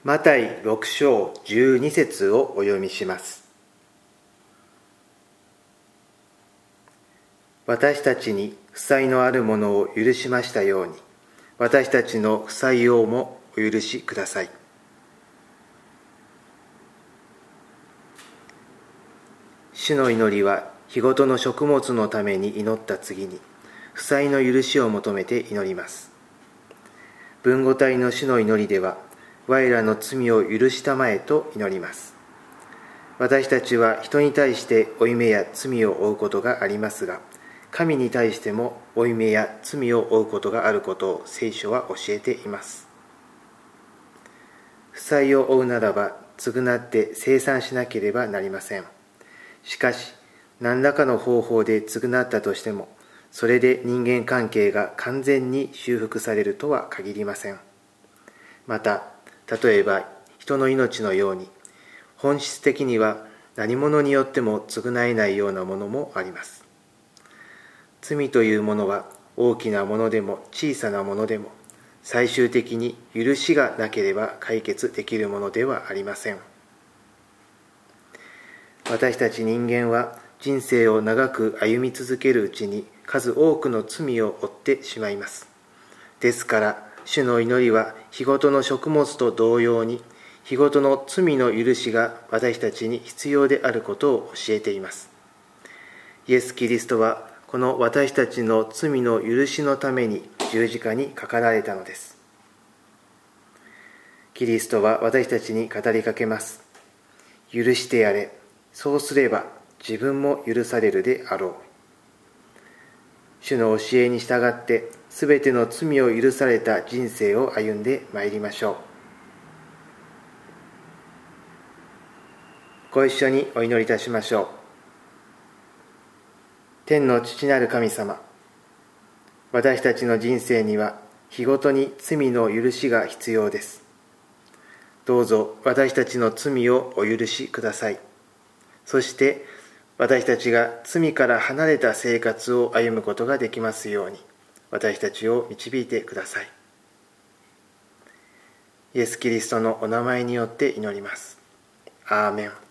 マタイ6章12節をお読みします。私たちに負債のあるものを許しましたように、私たちの負債をもお許しください。主の祈りは日ごとの食物のために祈った次に、負債の許しを求めて祈ります。文語体の主の祈りでは、我らの罪を許したまえと祈ります。私たちは人に対して負い目や罪を負うことがありますが、神に対しても負い目や罪を負うことがあることを聖書は教えています。負債を負うならば償って清算しなければなりません。しかし、何らかの方法で償ったとしても、それで人間関係が完全に修復されるとは限りません。また、例えば人の命のように、本質的には何者によっても償えないようなものもあります。罪というものは大きなものでも小さなものでも、最終的に許しがなければ解決できるものではありません。私たち人間は人生を長く歩み続けるうちに数多くの罪を負ってしまいます。ですから、主の祈りは日ごとの食物と同様に、日ごとの罪の許しが私たちに必要であることを教えています。イエス・キリストはこの私たちの罪の許しのために十字架にかかられたのです。キリストは私たちに語りかけます。許してやれ。そうすれば自分も許されるであろう。主の教えに従ってすべての罪を許された人生を歩んでまいりましょう。ご一緒にお祈りいたしましょう。天の父なる神様、私たちの人生には日ごとに罪の許しが必要です。どうぞ私たちの罪をお許しください。そして私たちが罪から離れた生活を歩むことができますように、私たちを導いてください。イエス・キリストのお名前によって祈ります。アーメン。